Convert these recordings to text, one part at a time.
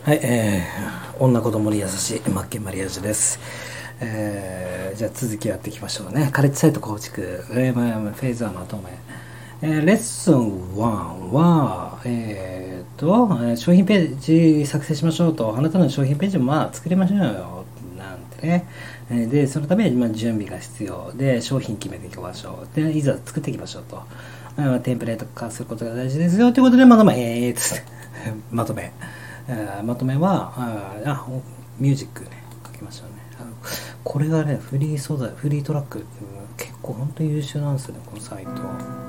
はい、女子供に優しいマッケンマリアージュです。じゃあ続きやっていきましょうね。カレッジサイト構築、フェーズはまとめ。レッスン1は、商品ページ作成しましょうと、あなたの商品ページも作りましょうよ、なんてね。で、そのために準備が必要で、商品決めていきましょう。で、いざ作っていきましょうと。テンプレート化することが大事ですよということで、まとめ、まとめ。まとめはミュージックね書きましたね。これがねフリー素材フリートラックっていうのが結構本当に優秀なんですよね、このサイト。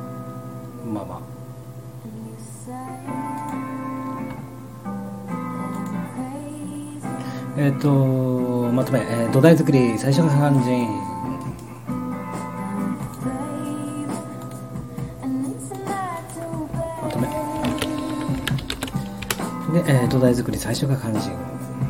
まとめ、土台作り最初が肝心。で、土台作り最初が肝心。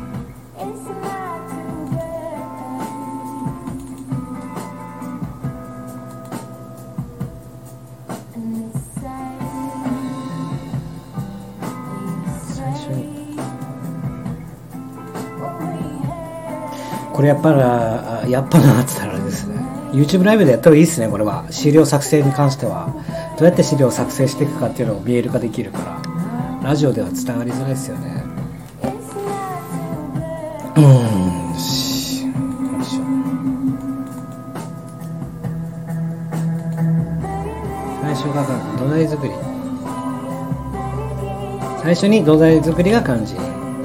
これやっぱなって言ったらあれですね。YouTube ライブでやった方がいいですね。これは資料作成に関してはどうやって資料を作成していくかっていうのを見える化できるから、ラジオでは伝わりづらいですよね。最初が土台作り。最初に土台作りが肝心。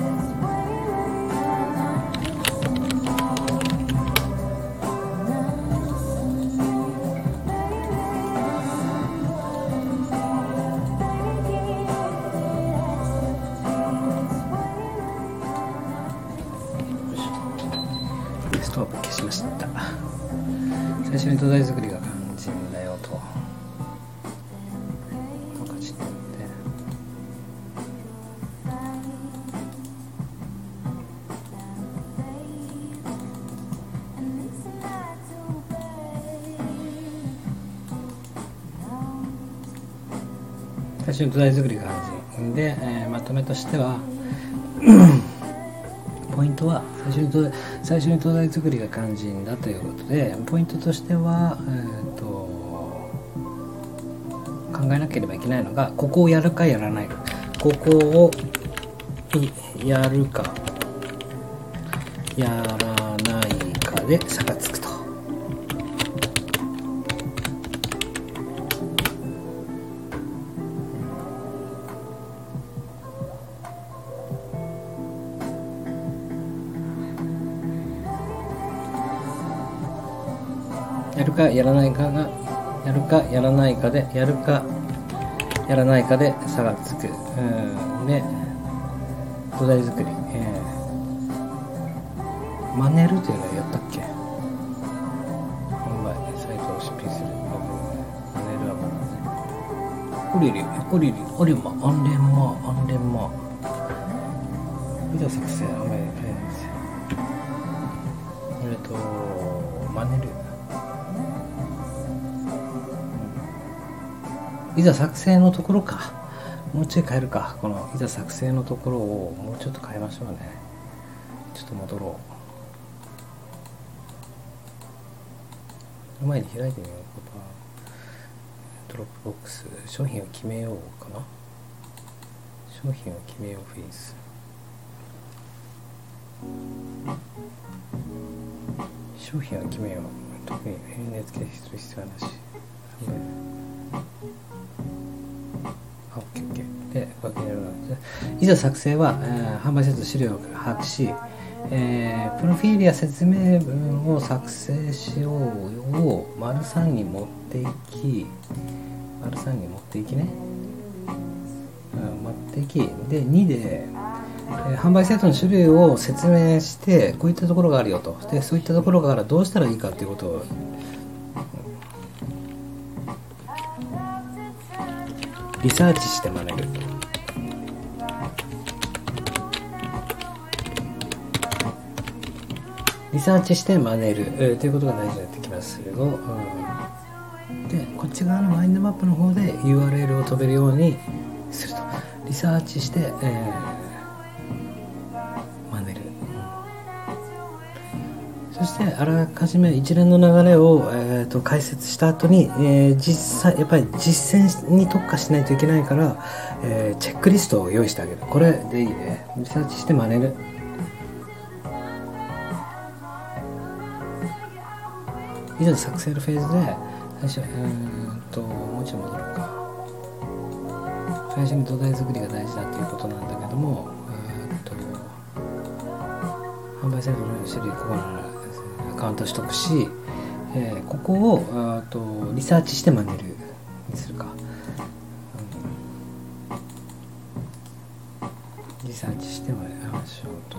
ストーブ消しました。最初に土台作りが肝心だよと。最初に土台作りが肝心で、まとめとしてはポイントは最初に土台作りが肝心だということで、ポイントとしては、考えなければいけないのが、ここをやるかやらないか、ここをやるかやらないかで差がつくと。やるかやらないかが、やるかやらないかで、やるかやらないかで差がつく。で、土台作り、マネるというのはやったっけ？販売サイトを出品する。マネるはまだね。オリリ、オリマ、アンレンマ。ビデオ作成、マネる。いざ作成のところか。もうちょい変えるか。このいざ作成のところをもうちょっと変えましょうね。ちょっと戻ろう。前に開いてみよう。ドロップボックス。商品を決めようかな。商品を決めようフェイス。商品を決めよう。特に変なやつで必要はなし。で、いざ作成は、販売サイト資料を把握し、プロフィールや説明文を作成しようを③に持っていきで2で、販売サイトの種類を説明して、こういったところがあるよと。で、そういったところからどうしたらいいかということをリサーチして学べる。リサーチして真似る、ということが大事になってきますけど、でこっち側のマインドマップの方で URL を飛べるようにすると。リサーチして、 そしてあらかじめ一連の流れを、解説した後に、実際やっぱり実践に特化しないといけないから、チェックリストを用意してあげる。これでいいね。リサーチして真似る。以上作成のフェーズで最初もう一度戻るか。最初に土台作りが大事だということなんだけども、販売サイトの種類ここのアカウント取得し、ここをリサーチして真似るにするか、リサーチして真似ましょうと。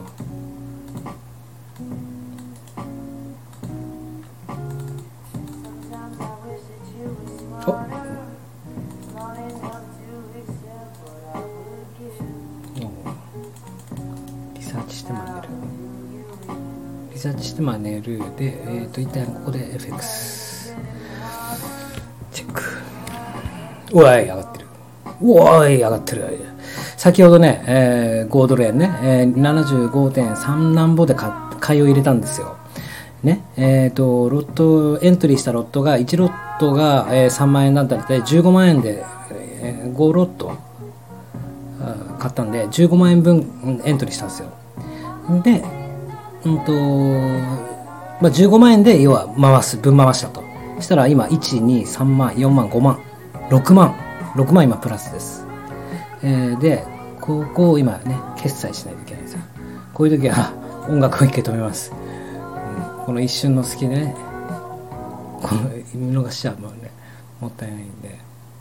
リサーチして真似る。リサーチして真似るで、一旦ここで FX チェック。うわい上がってる。うわい上がってる。先ほどね、5ドル円ね、75.3 何ぼで買いを入れたんですよ。ね、ロットエントリーしたロットが1ロットが、3万円だったので15万円で、5ロット買ったんで15万円分エントリーしたんですよ。で、15万円で要は分回したとしたら今1、2、3万、4万、5万、6万今プラスです。でここを今ね決済しないといけないんですよ。こういう時は音楽を一回止めます。この一瞬の隙でね、この見逃しちゃうのねもったいないんで、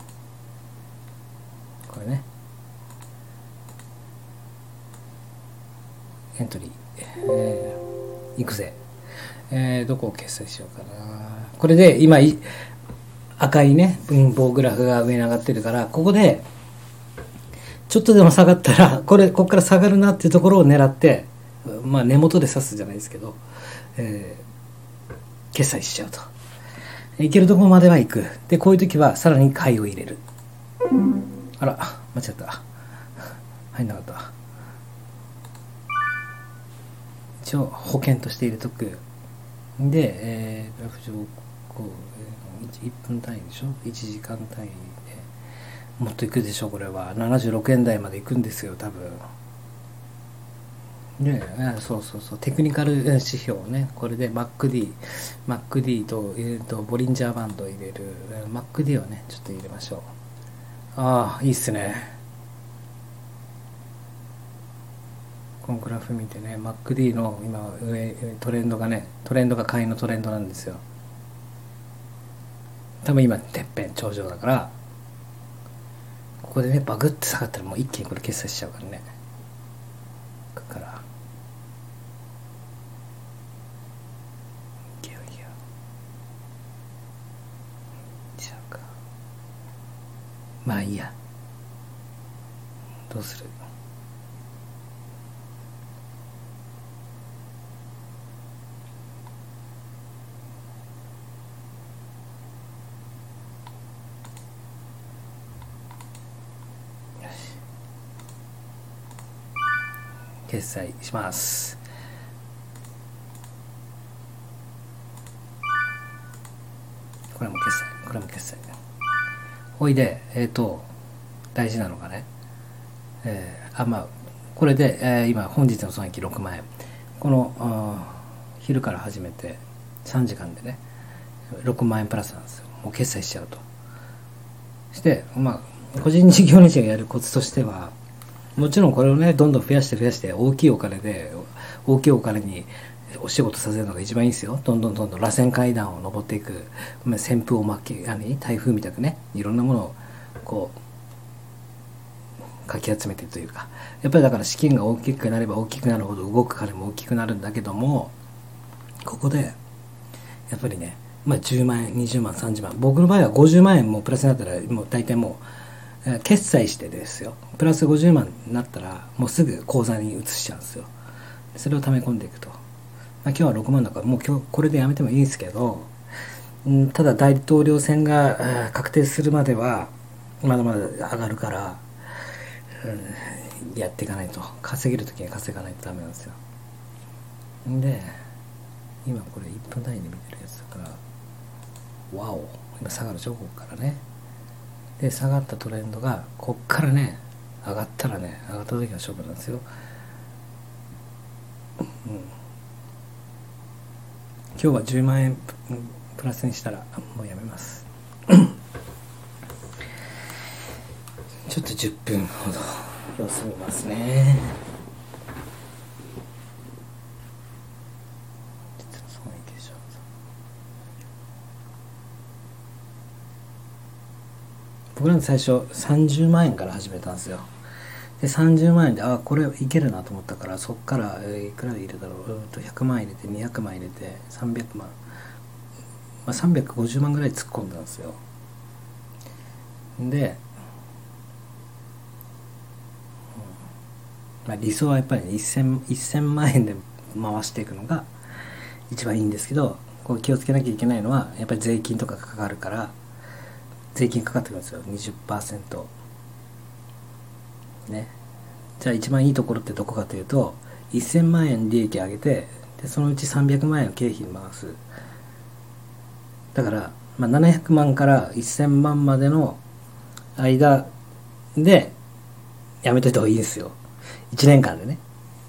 これねエントリー、行くぜ、どこを決済しようかな。これで今赤いね分棒グラフが上に上がってるから、ここでちょっとでも下がったらここから下がるなっていうところを狙って、まあ根元で刺すじゃないですけど、決済しちゃうと。いけるところまでは行く。でこういう時はさらに買いを入れる。あら間違った、入んなかった。一応保険として入れとく。で、グラフ上こう、1分単位でしょ、1時間単位でもっといくでしょ。これは76円台までいくんですよ多分。でそうテクニカル指標ね、これで MACD と、ボリンジャーバンドを入れる。 MACD をねちょっと入れましょう。ああいいっすね。このグラフ見てね、 MACD の今上トレンドが買いのトレンドなんですよ。多分今てっぺん頂上だから、ここでねバグって下がったらもう一気にこれ決済しちゃうからね。ここからいやちゃうか。まあいいや、どうする。決済します。これも決済。ほいで大事なのがね、これで、今本日の損益6万円。この昼から始めて3時間でね6万円プラスなんですよ。もう決済しちゃうと。して個人事業主がやるコツとしては、もちろんこれをねどんどん増やして大きいお金にお仕事させるのが一番いいですよ。どんどん螺旋階段を登っていく。旋風を台風みたくね、いろんなものをこうかき集めてというか、やっぱりだから資金が大きくなれば大きくなるほど動く金も大きくなるんだけども、ここでやっぱりね、10万円20万30万、僕の場合は50万円もプラスになったらもう大体もう決済してですよ、プラス50万になったらもうすぐ口座に移しちゃうんですよ。それを溜め込んでいくと。今日は6万だからもう今日これでやめてもいいですけど、ただ大統領選が確定するまではまだまだ上がるから、やっていかないと、稼げる時に稼がないとダメなんですよ。で今これ1分単位で見てるやつだから、わお、今下がるでしょ、ここからね。で下がったトレンドがこっからね上がったらね、上がった時が勝負なんですよ。今日は10万円プラスにしたらもうやめますちょっと10分ほど様子見ますね。僕なんて最初30万円から始めたんですよ。で30万円でこれいけるなと思ったから、そっから、いくら入れたろう、100万入れて200万入れて300万、350万ぐらい突っ込んだんですよ。で、理想はやっぱり、1000万円で回していくのが一番いいんですけど、こう気をつけなきゃいけないのはやっぱり税金とかかかるから、税金かかってくるんですよ、 20%。 ね。じゃあ一番いいところってどこかというと、1000万円利益上げて、でそのうち300万円を経費に回す。だから、700万から1000万までの間でやめといた方がいいですよ、1年間でね。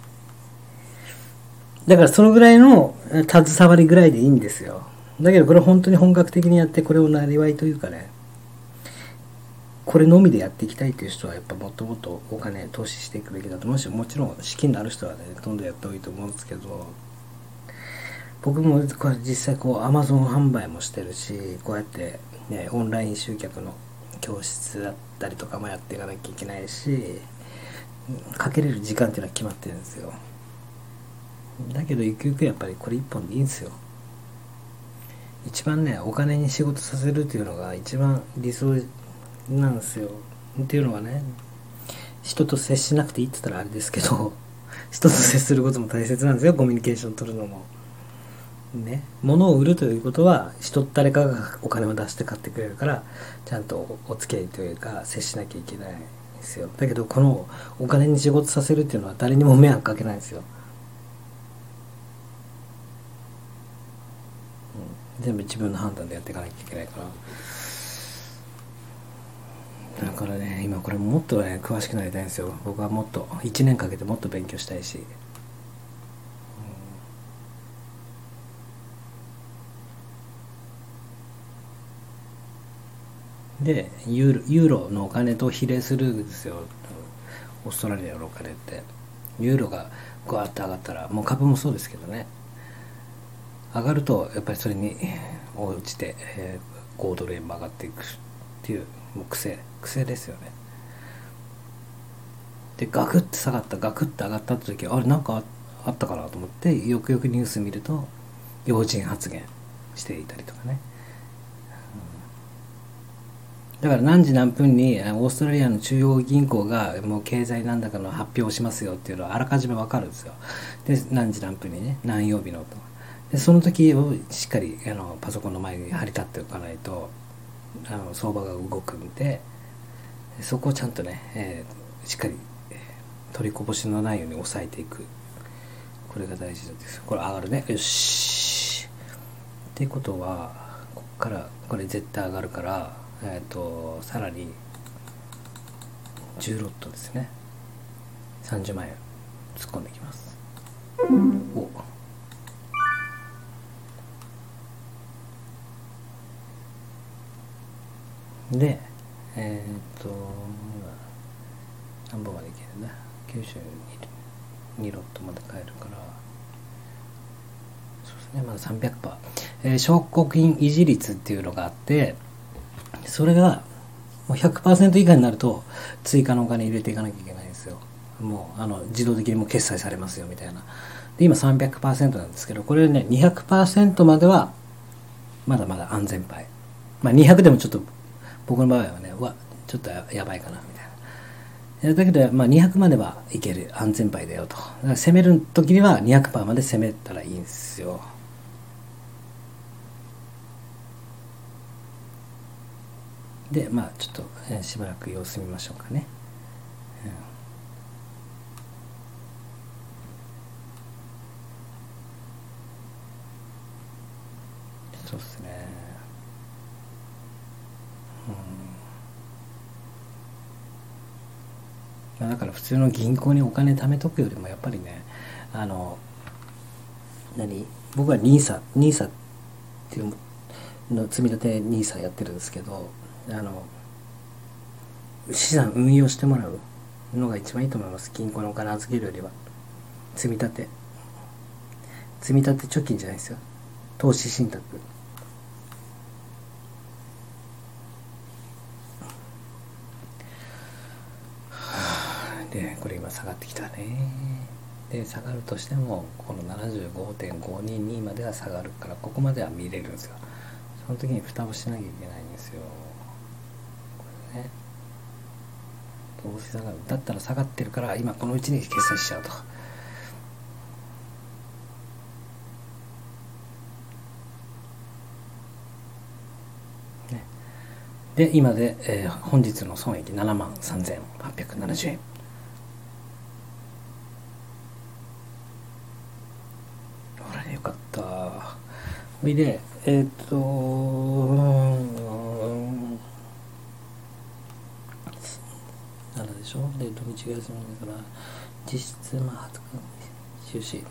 だからそのぐらいの携わりぐらいでいいんですよ。だけどこれ本当に本格的にやって、これをなりわいというかね、これのみでやっていきたいという人はやっぱもっともっとお金投資していくべきだと思うし、もちろん資金のある人はねどんどんやった方がいいと思うんですけど、僕もこれ実際こう Amazon 販売もしてるし、こうやってねオンライン集客の教室だったりとかもやっていかなきゃいけないし、かけれる時間っていうのは決まってるんですよ。だけどゆくゆくやっぱりこれ一本でいいんですよ。一番ねお金に仕事させるっていうのが一番理想なんですよ。っていうのはね、人と接しなくていいって言ったらあれですけど、人と接することも大切なんですよ、コミュニケーション取るのもね。物を売るということは誰かがお金を出して買ってくれるから、ちゃんとお付き合いというか接しなきゃいけないんですよ。だけどこのお金に仕事させるっていうのは誰にも迷惑かけないんですよ、全部自分の判断でやっていかなきゃいけないから。だからね、今これもっとね詳しくなりたいんですよ。僕はもっと1年かけてもっと勉強したいし、でユーロのお金と比例するんですよ、オーストラリアのお金って。ユーロがガーッと上がったら、もう株もそうですけどね、上がるとやっぱりそれに応じて、5ドル円も上がっていくっていう、もう癖ですよね。でガクッて下がった、ガクッて上がったって時、あれなんかあったかなと思ってよくよくニュース見ると要人発言していたりとかね。だから何時何分にオーストラリアの中央銀行がもう経済なんだかの発表をしますよっていうのはあらかじめ分かるんですよ。で何時何分にね、何曜日のと。でその時をしっかりパソコンの前に張り立っておかないと相場が動くんで、そこをちゃんとね、しっかり取りこぼしのないように抑えていく。これが大事なんですよ。これ上がるね、よしっていうことは、こっからこれ絶対上がるから、さらに10ロットですね、30万円突っ込んでいきます。おで何本までいけるんだ、92ロットまで買えるから、そうですね、まだ 300%、証拠金維持率っていうのがあって、それがもう 100% 以下になると追加のお金入れていかなきゃいけないんですよ。もう自動的にもう決済されますよみたいな。で今 300% なんですけど、これね 200% まではまだまだ安全牌。200でもちょっと僕の場合はね、ちょっとやばいかなみたいな。だけど200まではいける安全牌だよと。だから攻める時には 200% まで攻めたらいいんですよ。でちょっと、しばらく様子見ましょうかね。 そうですね。だから普通の銀行にお金貯めとくよりもやっぱりね、あの僕はニーサっていうの積み立てニーサやってるんですけど、資産運用してもらうのが一番いいと思います。銀行にお金預けるよりは。積み立て貯金じゃないですよ、投資信託。でこれ今下がってきたね。で下がるとしてもこの 75.522 までは下がるから、ここまでは見れるんですよ。その時に蓋をしなきゃいけないんですよ、これね。どうせ下がる、だったら下がってるから今このうちに決済しちゃうと。で今で、本日の損益73,870円。ほらよかった。ほいで7でしょ。で土日が休みだから実質20日収支、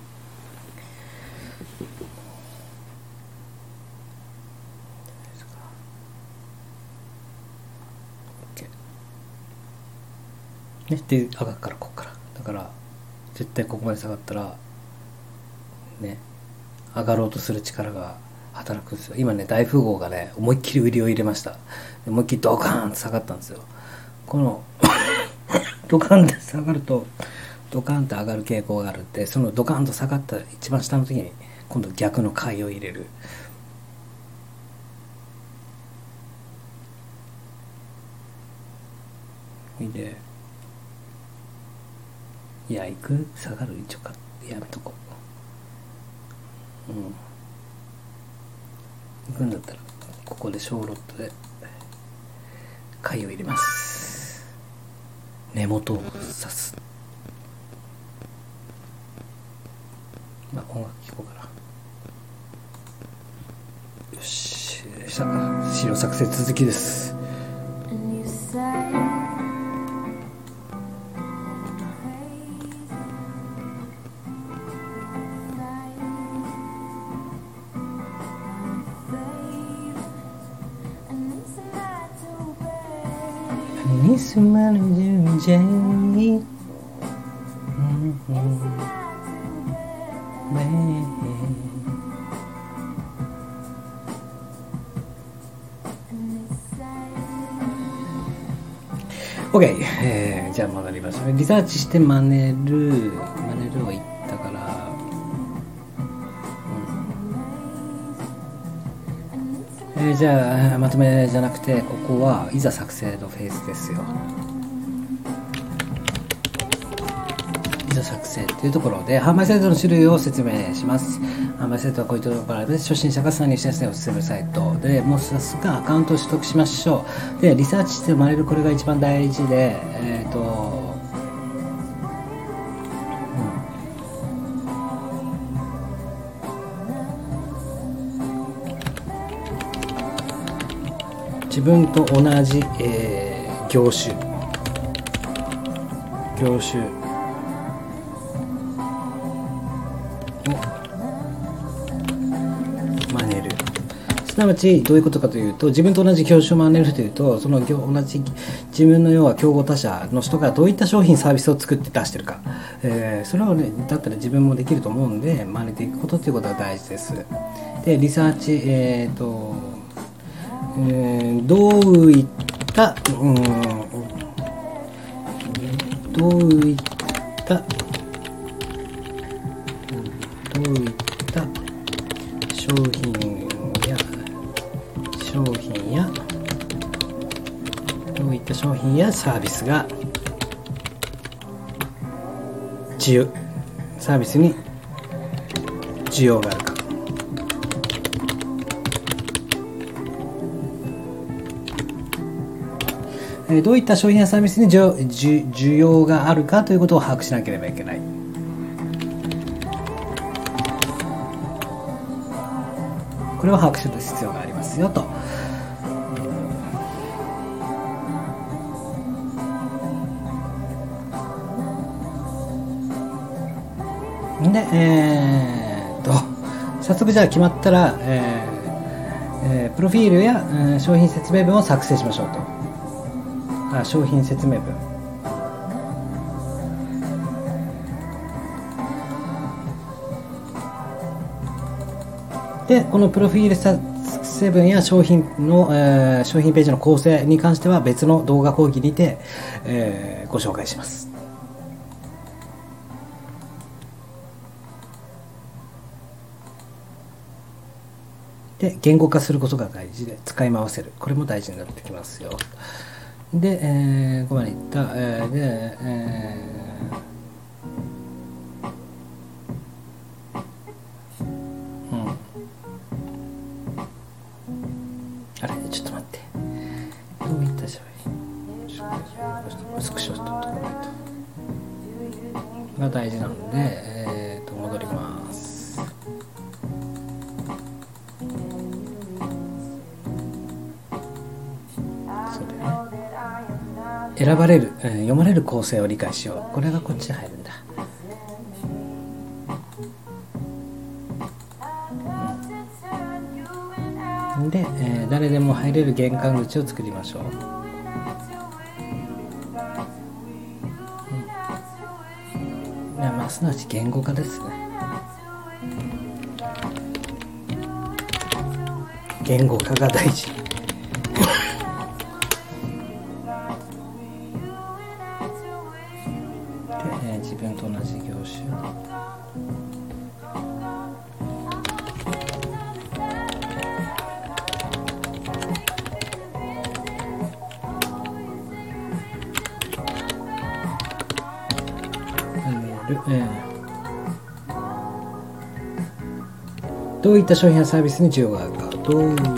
ね、で上がるから、こっからだから絶対ここまで下がったらね、上がろうとする力が働くんですよ。今ね、大富豪がね思いっきり売りを入れました。思いっきりドカーンと下がったんですよ。このドカーンって下がるとドカーンって上がる傾向があるんで、そのドカーンと下がった一番下の時に今度逆の買いを入れる。でいや行く、下がる、一応やめとこう。行くんだったらここで小ロットで買いを入れます。根元を刺す。まあ音楽聴こうかな。よし、資料作成続きです。Miss Manager J. OK、じゃあ戻りましょう。リサーチしてマネルを言ったから、じゃあまとめじゃなくて、ここはいざ作成のフェーズですよ。いざ作成というところで販売サイトの種類を説明します。販売サイトはこういったところで、初心者が参入しやすいおすすめサイトで、もう早速アカウントを取得しましょう。でリサーチして生まれる、これが一番大事で、自分と同じ、業種を真似る。すなわちどういうことかというと、自分と同じ業種を真似るというと、その同じ自分の要は競合他社の人がどういった商品サービスを作って出してるか、それをね、だったら自分もできると思うんで真似ていくことっていうことが大事です。でリサーチ、どういった商品やサービスがサービスに需要があるか。どういった商品やサービスに需要があるかということを把握しなければいけない。 これを把握する必要がありますよと。で、早速じゃあ決まったら、プロフィールや、商品説明文を作成しましょうと。商品説明文。で、このプロフィール作成文や商品の、商品ページの構成に関しては別の動画講義にて、ご紹介します。で、言語化することが大事で、使い回せる。これも大事になってきますよ。で、ここまでいった。あれ、ちょっと待って。どういったじゃない。スクショしとってこないと。が大事なので、戻ります。選ばれる、読まれる構成を理解しよう。これがこっちに入るんだ。で、誰でも入れる玄関口を作りましょう。すなわち言語化ですね。言語化が大事。で、自分と同じ業種。どういった商品やサービスに需要があるか。どういった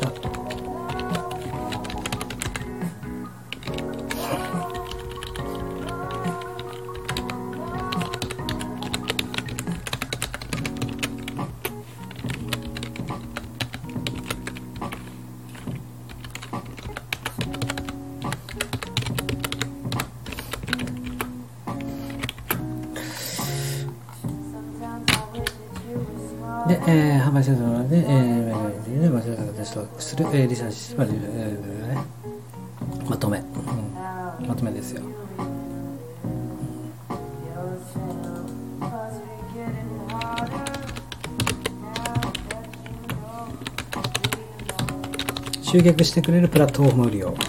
で、販売サイトなので、まリサーチして、まとめ、まとめですよ。集客してくれるプラットフォーム利用。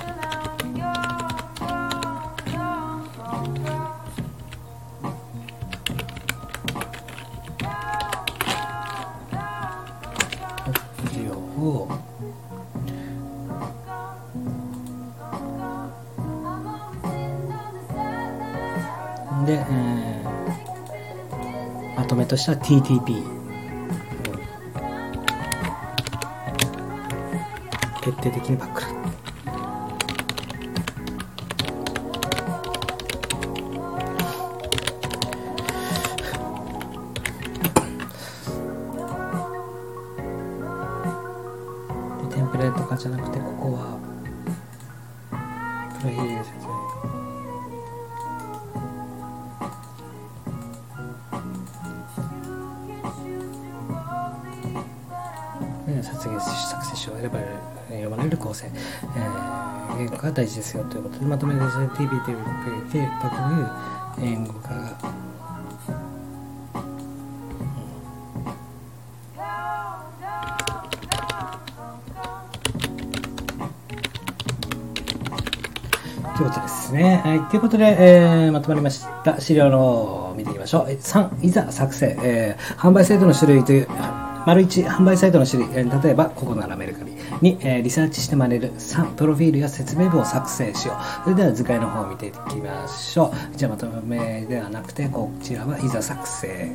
で、まとめとしては TTP、決定的にバックラ。テンプレート化じゃなくて、ここはプロフィール説明。作成しよう。選ばれる、読まれる構成、言語化が大事ですよということで、まとめです。TPT、言語化が、ということですね。はい、ということで、まとまりました。資料の方を見ていきましょう。3、いざ作成。販売サイトの種類という、丸1、販売サイトの種類。例えば、ここならメルカリ。2、リサーチして学べる。3、プロフィールや説明文を作成しよう。それでは図解の方を見ていきましょう。じゃあ、まとめではなくて、こちらはいざ作成。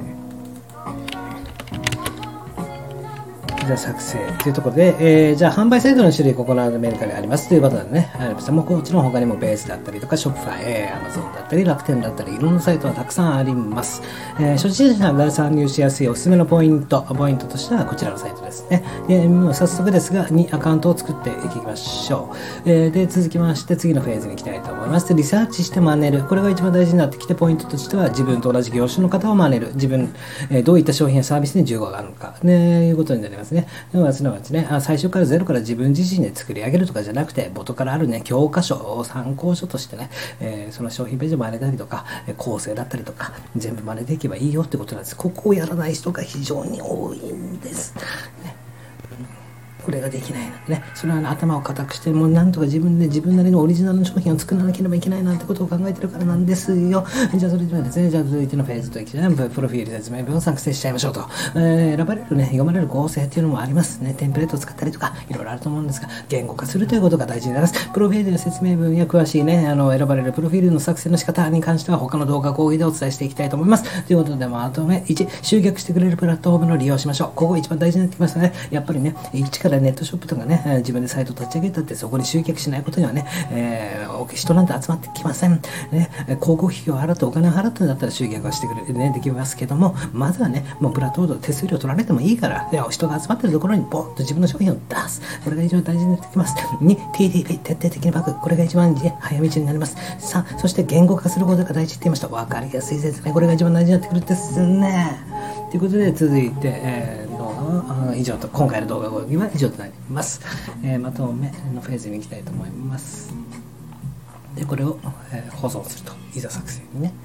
作成というところで、じゃあ販売サイトの種類ここのメルカリありますということでね、もちろん他にもベースだったりとかショップファイ、Amazon だったり楽天だったりいろんなサイトはたくさんあります。初心者が参入しやすいおすすめのポイントとしてはこちらのサイトですね。もう早速ですが、にアカウントを作っていきましょう。で、続きまして次のフェーズに行きたいと思います。リサーチして真似る。これが一番大事になってきて、ポイントとしては自分と同じ業種の方を真似る。自分、どういった商品やサービスに需要があるのか、ね、いうことになりますね。すなわちね、最初からゼロから自分自身で作り上げるとかじゃなくて、元からあるね、教科書を参考書としてね、その商品ページを真似たりとか、構成だったりとか、全部真似ていけばいいよってことなんです。ここをやらない人が非常に多いんです。ね、これができないのでね、それは、ね、頭を固くして、もうなんとか自分で自分なりのオリジナルの商品を作らなければいけないなんてことを考えてるからなんですよ。じゃあそれではですね、じゃあ続いてのフェーズといきたいプロフィール説明文を作成しちゃいましょうと。選ばれるね、読まれる構成っていうのもありますね。テンプレートを使ったりとか、いろいろあると思うんですが、言語化するということが大事になります。プロフィールの説明文や詳しいね、選ばれるプロフィールの作成の仕方に関しては、他の動画講義でお伝えしていきたいと思います。ということで、まとめ1、集客してくれるプラットフォームの利用しましょう。ここ一番大事になってきましたね。やっぱりね、一からネットショップとかね、自分でサイト立ち上げたってそこに集客しないことにはね、人なんて集まってきません。ね、広告費用を払ってお金を払ってんだったら集客はしてくれ、ね、できますけども、まずはね、もうプラットフォーム手数料取られてもいいから、人が集まってるところにポンと自分の商品を出す。これが一番大事になってきます。2、TTP、徹底的にバグ。これが一番、ね、早道になります。3、そして言語化することが大事って言いました。わかりやすい説明。これが一番大事になってくるんですね。ということで、続いて、以上と、今回の動画講義は以上となります。まとめのフェーズに行きたいと思います。で、これを、保存すると。いざ作成にね。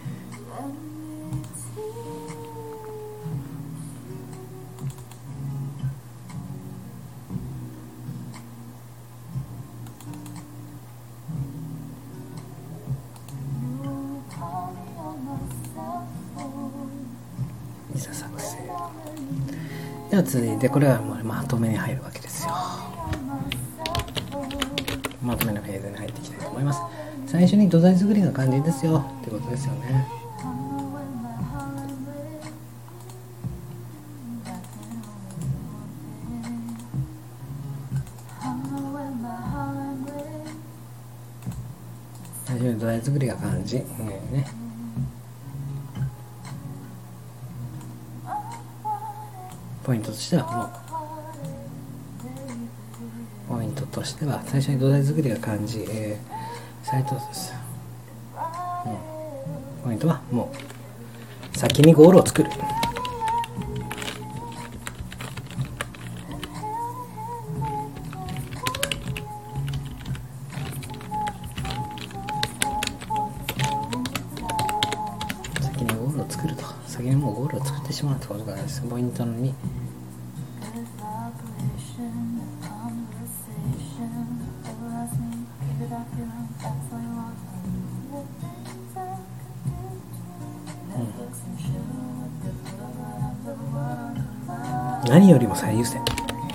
いざ作成。では続いて、これはもうまとめに入るわけですよ。まとめのフェーズに入っていきたいと思います。最初に土台作りが肝心ですよってことですよね。最初に土台作りが肝心、ね。ポイントとしては最初に土台作りが肝心、サイトです、ポイントはもう先にゴールを作る。先にゴールを作ると、先にもうゴールを作ってしまうってことがです。ポイントの2、何よりも最優先。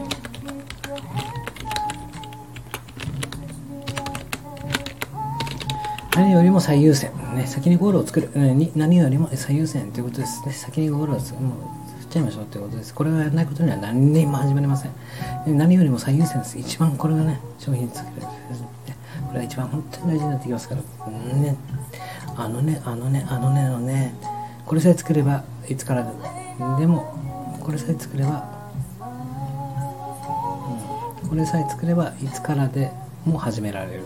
何よりも最優先、ね、先にゴールを作る、何よりも最優先ということですね。先にゴールを作っちゃいましょうということです。これがやらないことには何にも始まりません。何よりも最優先です。一番これがね、商品作る、これが一番本当に大事になってきますからね。これさえ作ればいつからでも、これさえ作ればいつからでも始められる。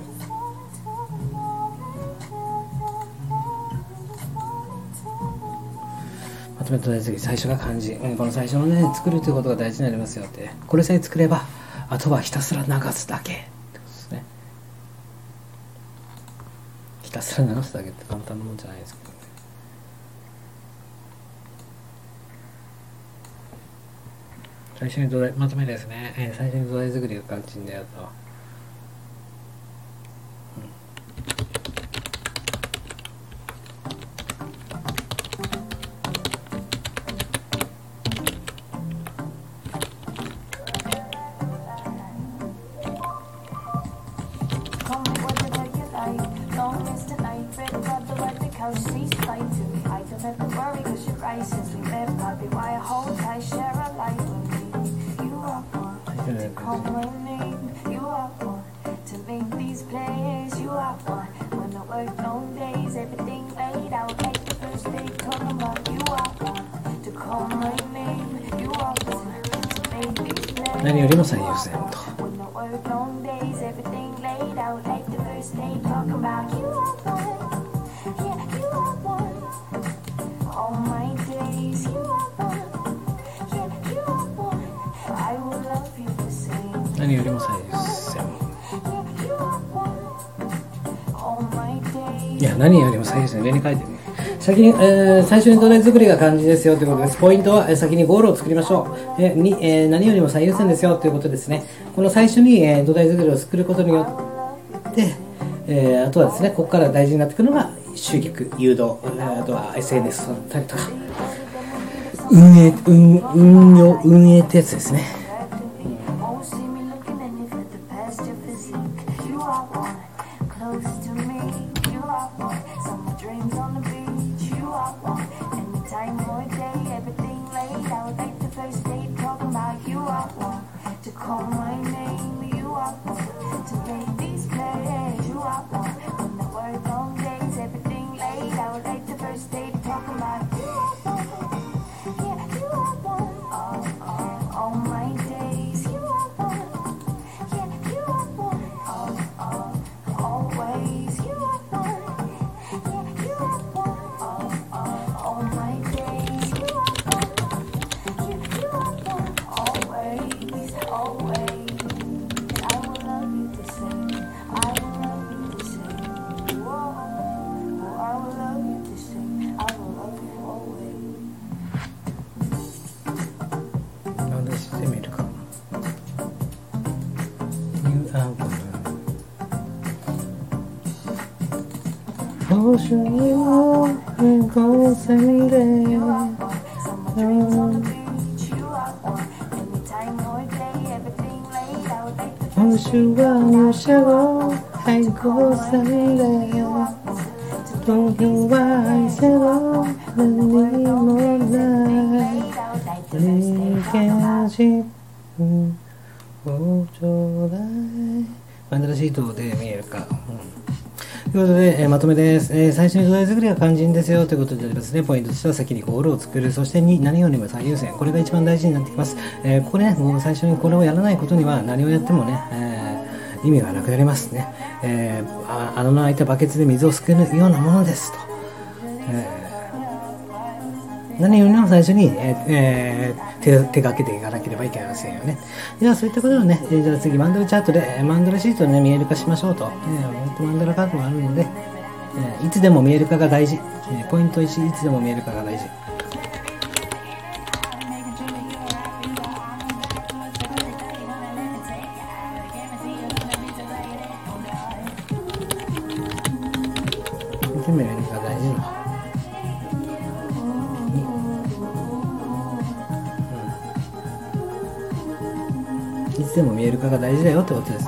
まとめと大事、最初が肝心、この最初のね、作るということが大事になりますよって。これさえ作ればあとはひたすら流すだけってことですね。ひたすら流すだけって簡単なもんじゃないですけどね。最初に土台まとめですね、最初に土台作りが肝心だよと。 Call my name, you are one to make me 何よりも最優先と。何よりも最優先。いや、何よりも最優先、上に書いてるね。先に、最初に土台作りが肝心ですよということです。ポイントは、先にゴールを作りましょう。何よりも最優先ですよということですね。この最初に、土台作りを作ることによって、あとはですね、ここから大事になってくるのが集客、誘導、あとは SNS だったりとか、運営ってやつですね。マンダラシートで見えるか。ということで、まとめです。最初に土台作りが肝心ですよということでありますね。ポイントとしては先にゴールを作る。そして何よりも最優先。これが一番大事になってきます。ここね、もう最初にこれをやらないことには何をやってもね、意味がなくなりますね。穴の開いたバケツで水をすくうようなものですと。何よりも最初に、手がけていかなければいけませんよね。ではそういったことをね、じゃあ次マンダラチャートで、マンダラシートでね、見える化しましょうと。マンダラカードがあるので、いつでも見える化が大事。ポイント1、いつでも見える化が大事。見える化が大事の。いつでも見える化が大事だよってことですね。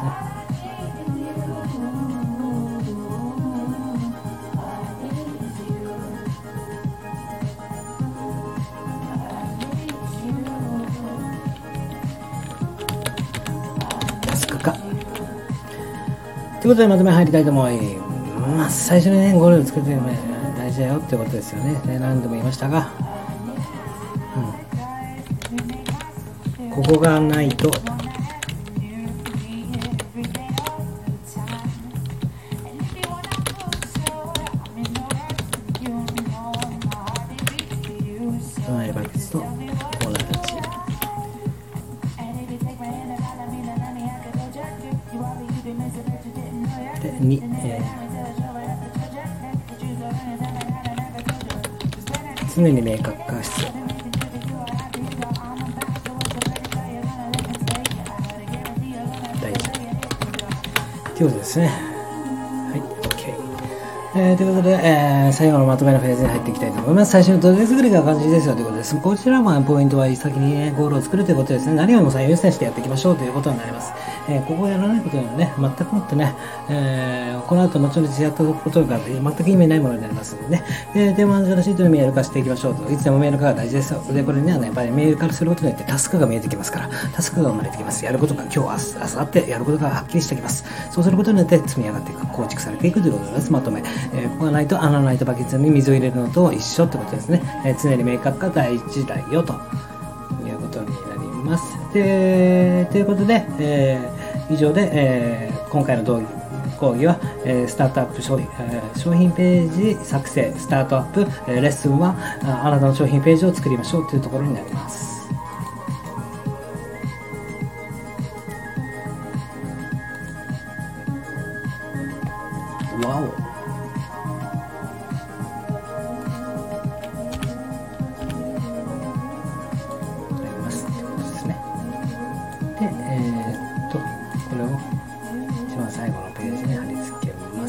タスク化ということでまとめ入りたいと思います。最初にね、ゴールを作ってるのが大事だよってことですよね。何度も言いましたが、ここがないとバケツとコーナータッチで2、常に明確化必要。大事ということですね。はい、OK。ということで、最後のまとめのフェーズに入っていきたいと思います。最初の土台作りが肝心ですよということです。こちらはポイントは先に、ね、ゴールを作るということですね。何よりも最優先してやっていきましょうということになります。ここをやらないことにはね、全くもってね、この後後々やったことが全く意味ないものになりますのでね。で、マンダラシートに見える化していきましょうと。いつでも見える化が大事ですよ。で、これね、やっぱり見える化することによってタスクが見えてきますから、タスクが生まれてきます。やることが今日、明日、明後日やることがはっきりしてきます。そうすることによって積み上がっていく、構築されていくということです。まとめ。ここがないと穴の開いたバケツに水を入れるのと一緒ってことですね。常に明確化大事だよということになります。 ます。でということで、以上で、今回の講義は、スタートアップ商品ページ作成スタートアップ、レッスンはあなたの商品ページを作りましょうというところになります。わお、これを一番最後のページに貼り付けます。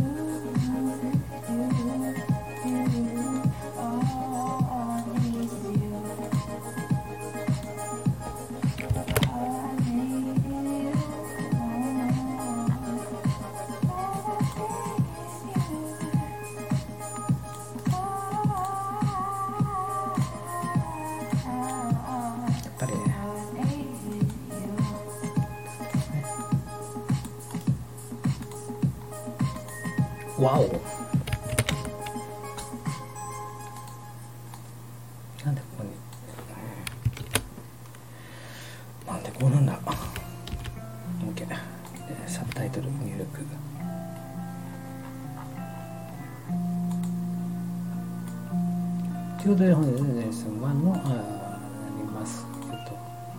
やっぱりね、わお、なんでここに、なんでこうなんだ。 OK、サブタイトル入力。ということで本日のレッスン1のなりますけど、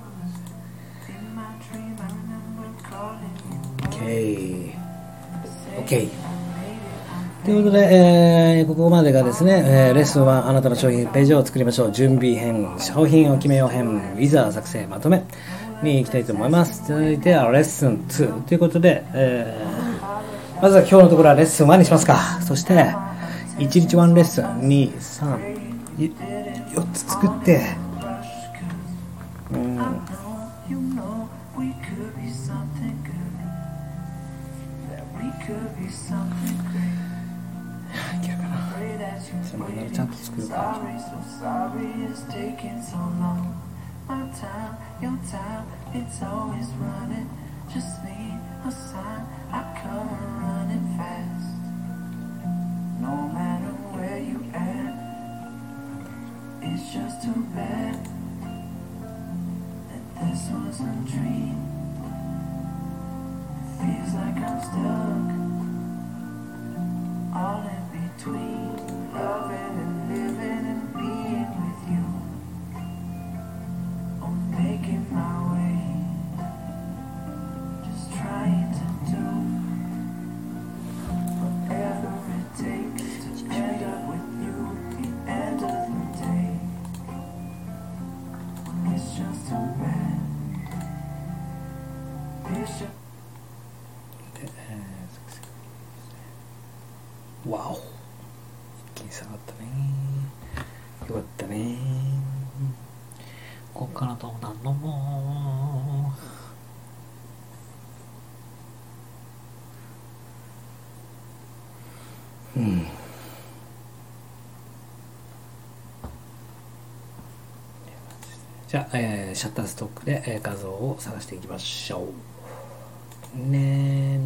OK。ということで、ここまでがですね、レッスン1あなたの商品ページを作りましょう準備編、商品を決めよう編、いざ作成まとめに行きたいと思います。続いてはレッスン2ということで、まずは今日のところはレッスン1にしますか。そして1日1レッスン2、3、4つ作って、いけるかな。ちゃんと作るか。It's just too bad that this was a dream. Feels like I'm stuck all in between loving and living and being with you. I'm making my way, just trying to do whatever it takes to end up with you at the end of the day. It's just too bad. It's just... わお、一気に下がったね。よかったね。こっからどうなんのもじゃあ、シャッターストックで、画像を探していきましょう。ね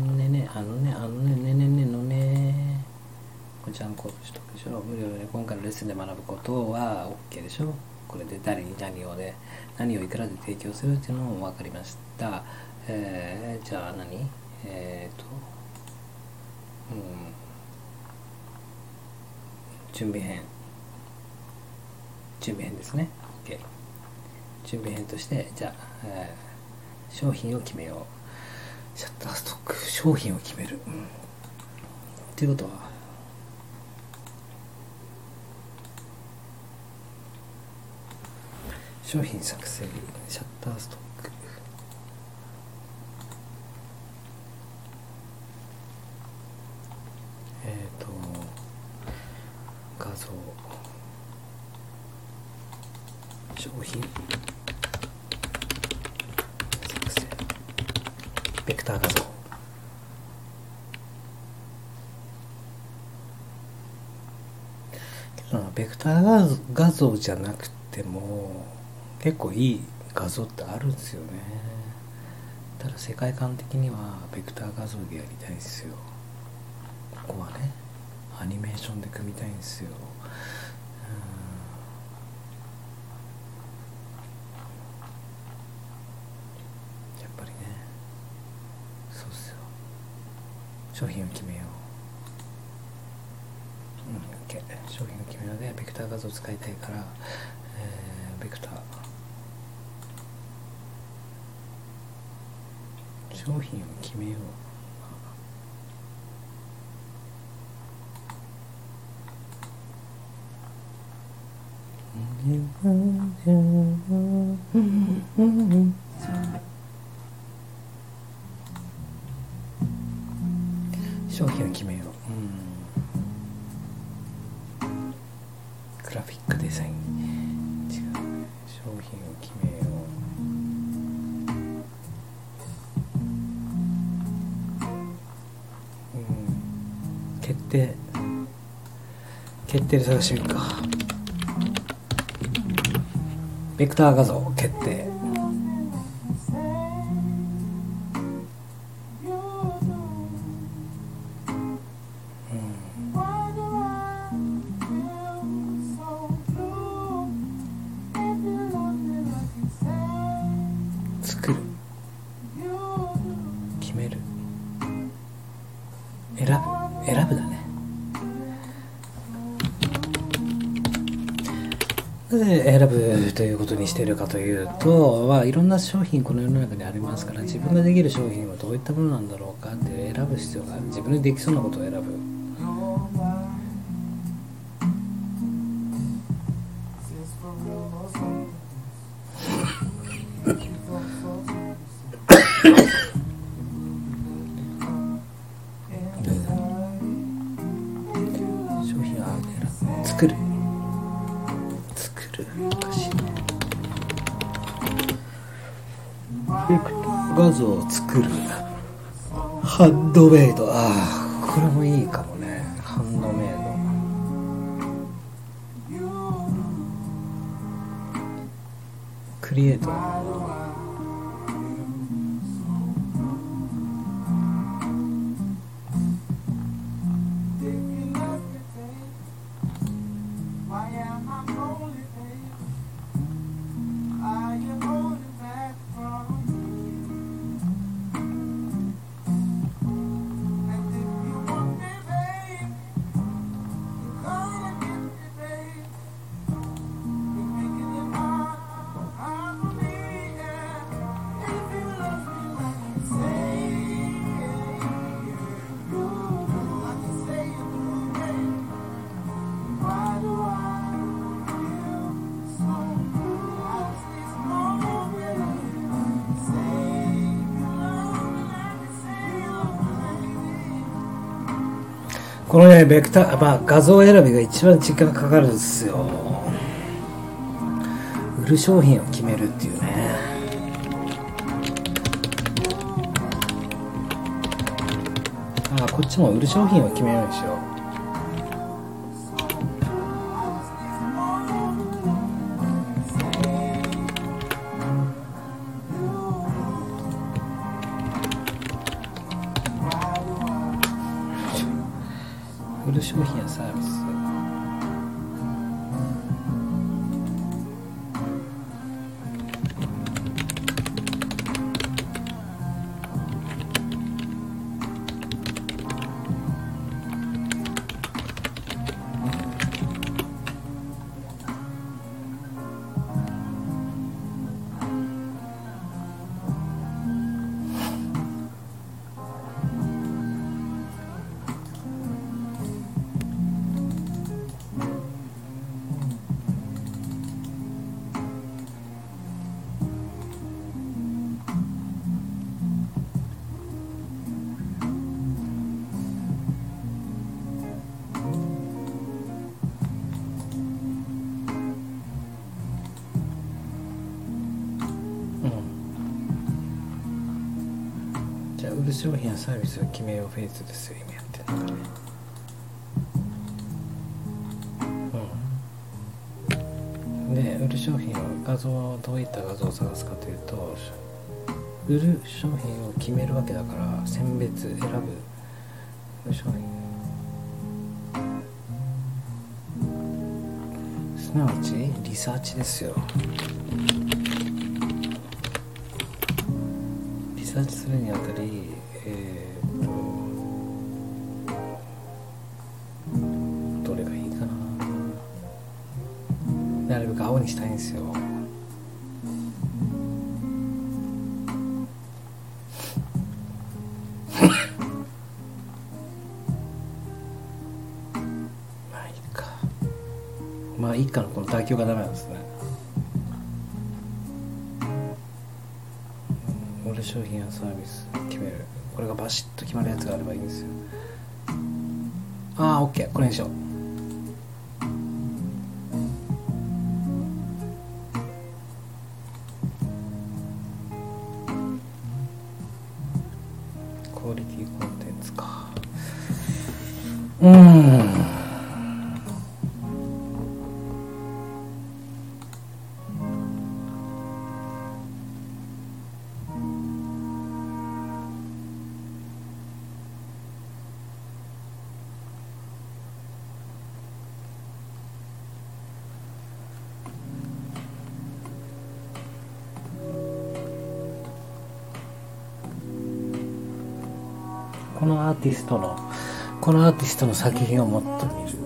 こちらのコード取得でしょ。無料で今回のレッスンで学ぶことは OK でしょ。これで誰に何をいくらで提供するっていうのも分かりました。じゃあ準備編ですね。 OK。 準備編として、じゃあ、商品を決めよう。シャッターストック、商品を決める、っていうことは商品作成、シャッターストック、画像、商品作成、ベクター画像、ベクター画像じゃなくても結構いい画像ってあるんですよね。ただ世界観的にはベクター画像でやりたいんですよ。ここはね、アニメーションで組みたいんですよ。 商品を決めよう、OK、商品を決めるのでベクター画像を使いたいから、ベクター商品を決めよう。商品を決めよう。グラフィックデザイン違う。商品を決めよう。決定で探してみるか。ベクター画像決定。作る、決める、選ぶだね。なぜ選ぶということにしているかというと、いろんな商品この世の中にありますから、自分ができる商品はどういったものなんだろうかって選ぶ必要がある。自分にできそうなことを選ぶ。商品は作るおかしいね。ベクター画像を作る。ハンドメイド。これもいいかもね。ハンドメイド。クリエイト。このね、ベクター、画像選びが一番時間かかるんですよ。売る商品を決めるっていうね。こっちも売る商品を決めようにしよう。売る商品やサービス。売る商品やサービスを決めようフェーズですよ、今やってるのがね。で、売る商品をどういった画像を探すかというと、売る商品を決めるわけだから、選別選ぶ。売る商品すなわちリサーチですよ。リサーチするにあたり、 なるべく青にしたいんですよ。まあ一家のこの妥協がダメなんですね。俺商品やサービス決める。これがバシッと決まるやつがあればいいんですよ。ああ、オッケー、これにしよう。クオリティコンテンツか。このアーティストの作品をもっと見る。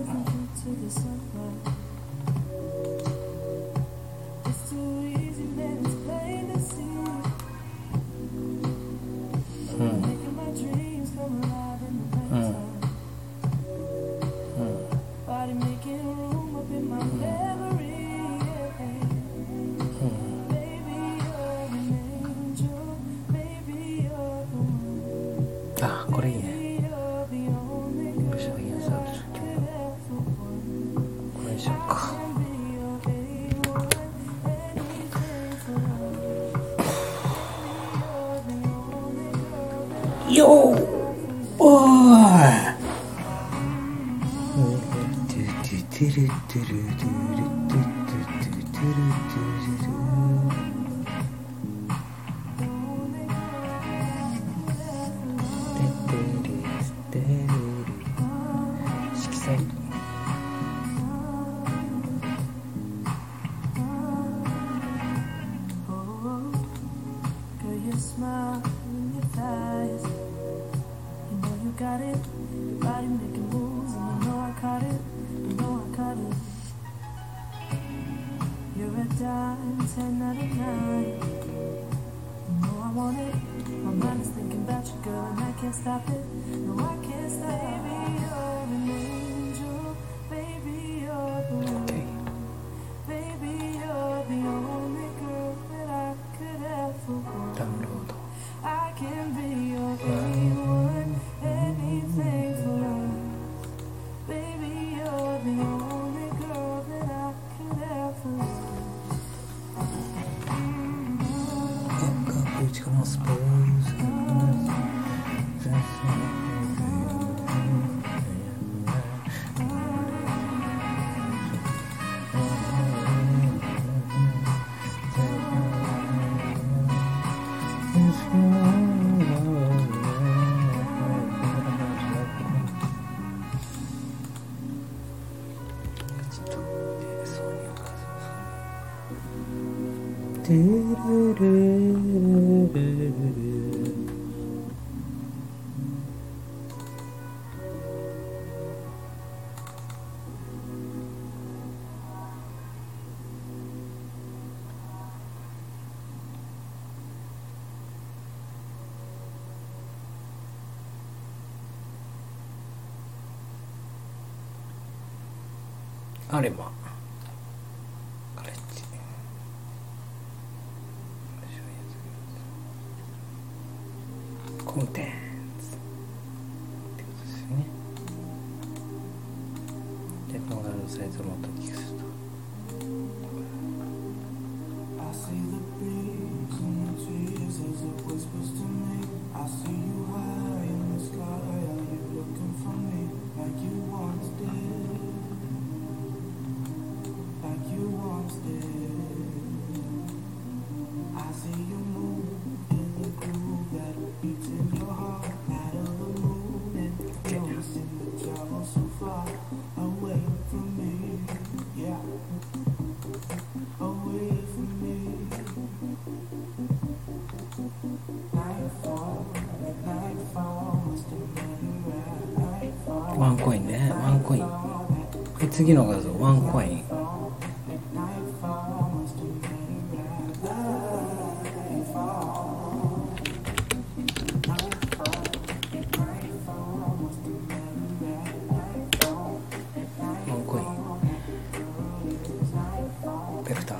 あ、これいいね。これにしようか。よーおー色彩 Got it, your body making moves, and you know I caught it, you know I caught it. You're a dime, 10 out of 9. You know I want it. My mind is thinking about you, girl, and I can't stop it. No, I can't stop it. Baby, you're an angel. Baby, you're the one. Baby, you're the only girl that I could ever want. Download. I can be your anyone, anything for us. Baby, you're the only girl that I could ever want. Suppose あればカレッジコンテンツってことですよね。でこの画のサイズをもっと大きくするとワンコインね、ワンコイン。次の画像ワンコイン。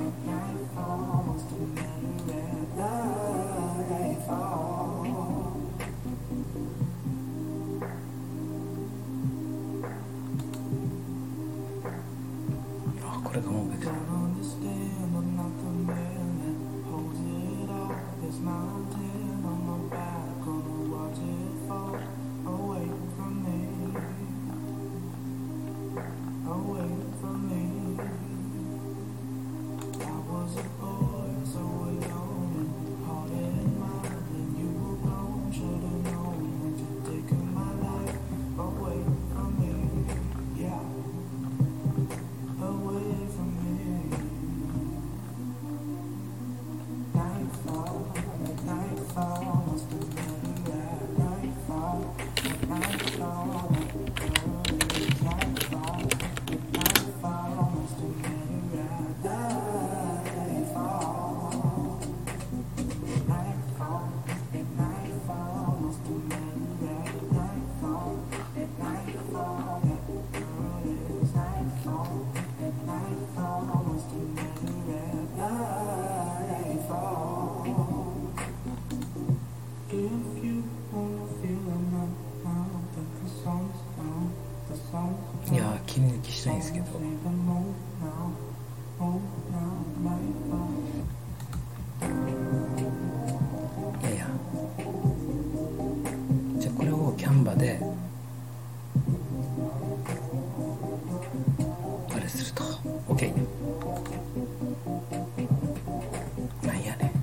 あ、これがもう別にいや切り抜きしたいんですけど、いやいや、じゃあこれをキャンバであれすると OK。 なんやねん。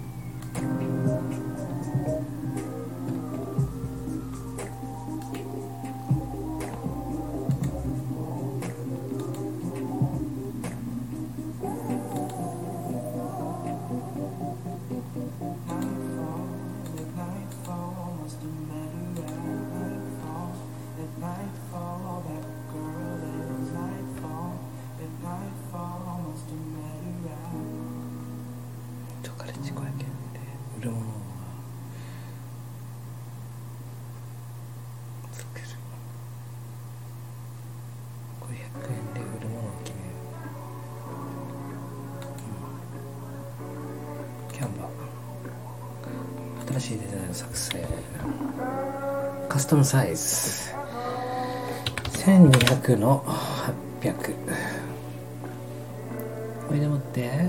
カレッジ500円で売るものは作る、500円で売るものを決める、キャンバ新しいデザインの作成、カスタムサイズ1200の800、これでもって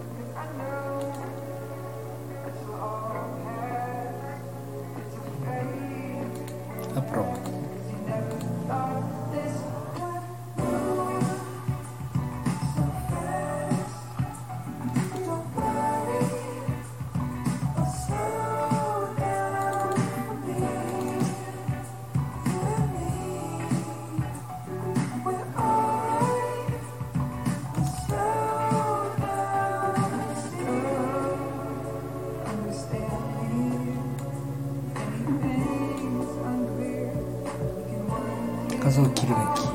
アプロード。画像切り抜き、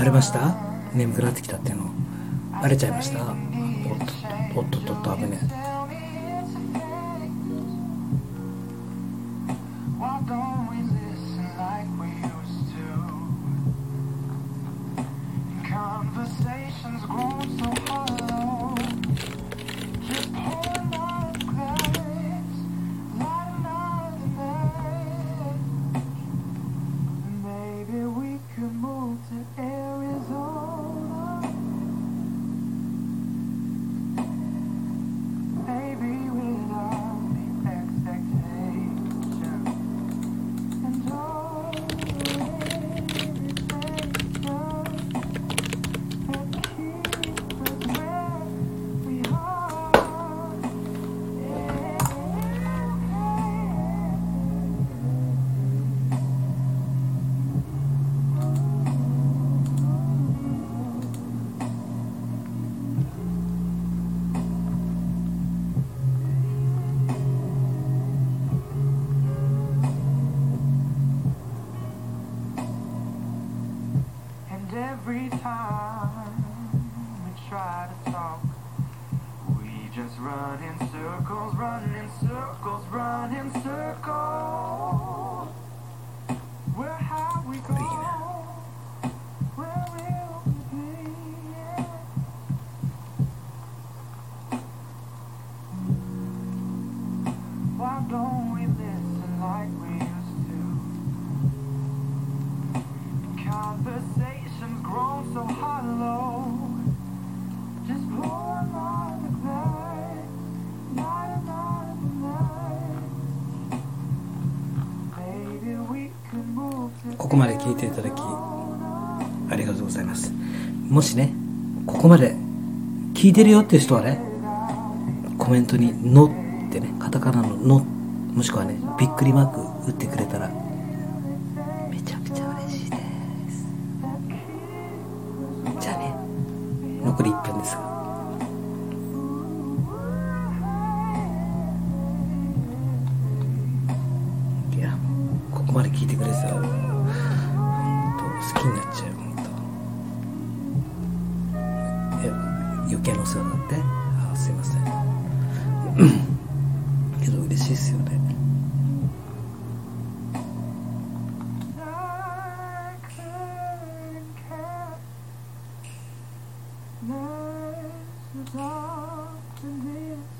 バレました？眠くなってきたっていうのバレちゃいました？おっとっとっと危ねえ。 Every time we try to talk, we just run in circles, run in circles, run in circles. Where have we gone? Where will we be? Why don't we listen like we used to? Conversations grown so hollow. Just pour on the night, night, night, night. Maybe we could move to ここまで聞いていただきありがとうございます。もしねここまで聞いてるよっていう人はね、コメントにのってね、カタカナののもしくはねびっくりマーク打ってくれたらめちゃくちゃ嬉しいです。じゃあね、残り1分ですが、いやここまで聞いてくれてたら本当好きになっちゃう。本当余計なお世話になってすいませんけど嬉しいですよね。 There's a dark in here.